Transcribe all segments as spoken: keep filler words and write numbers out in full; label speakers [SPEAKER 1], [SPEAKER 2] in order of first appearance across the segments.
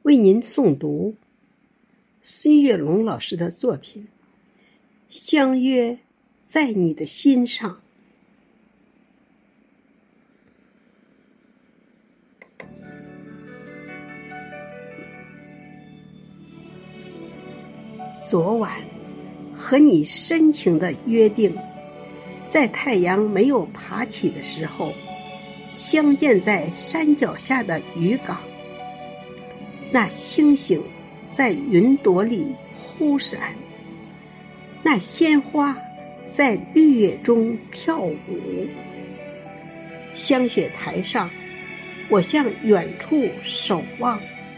[SPEAKER 1] 为您诵读孙月龙老师的作品《相约在你的心上》。昨晚和你深情的约定，在太阳没有爬起的时候，相见在山脚下的渔港。那星星在云朵里忽闪，那鲜花在绿叶中跳舞。香雪台上，我向远处守望，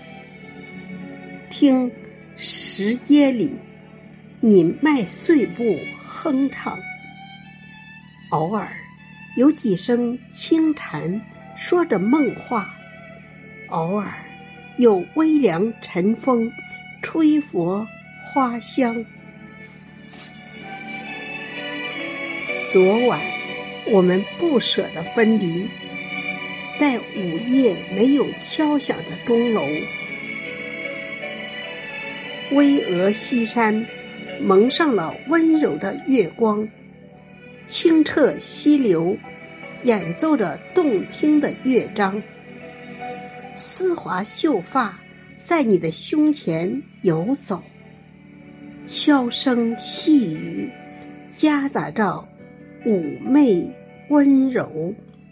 [SPEAKER 1] 听石阶里你迈碎步哼唱。偶尔有几声轻蝉说着梦话，偶尔有微凉晨风吹拂花香。昨晚我们不舍得分离，在午夜没有敲响的钟楼。巍峨西山蒙上了温柔的月光，清澈溪流演奏着动听的乐章。丝滑秀发在你的胸前游走，悄声细语夹杂着妩媚温柔。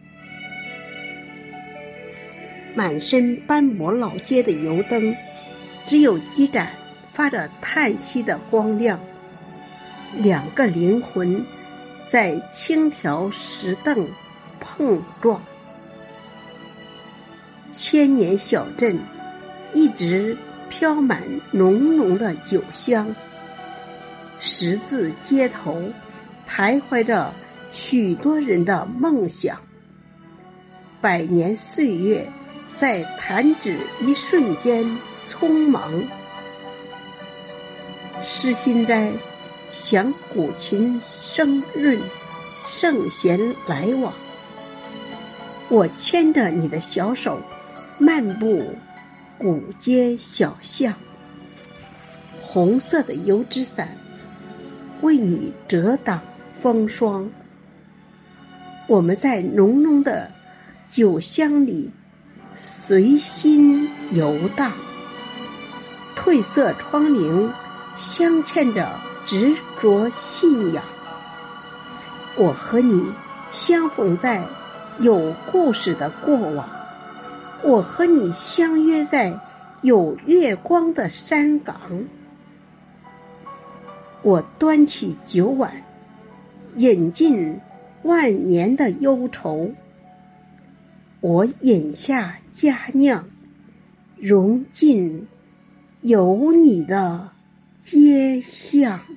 [SPEAKER 1] 满身斑驳老街的油灯，只有几盏发着叹息的光亮。两个灵魂在轻条石凳碰撞。千年小镇一直飘满浓浓的酒香，十字街头徘徊着许多人的梦想。百年岁月在弹指一瞬间匆忙。诗心斋想古琴声润，圣贤来往。我牵着你的小手，漫步古街小巷。红色的油纸伞为你遮挡风霜。我们在浓浓的酒香里随心游荡。褪色窗棂镶嵌着执着信仰。我和你相逢在有故事的过往，我和你相约在有月光的山岗。我端起酒碗，饮尽万年的忧愁。我饮下佳酿，融进有你的街巷。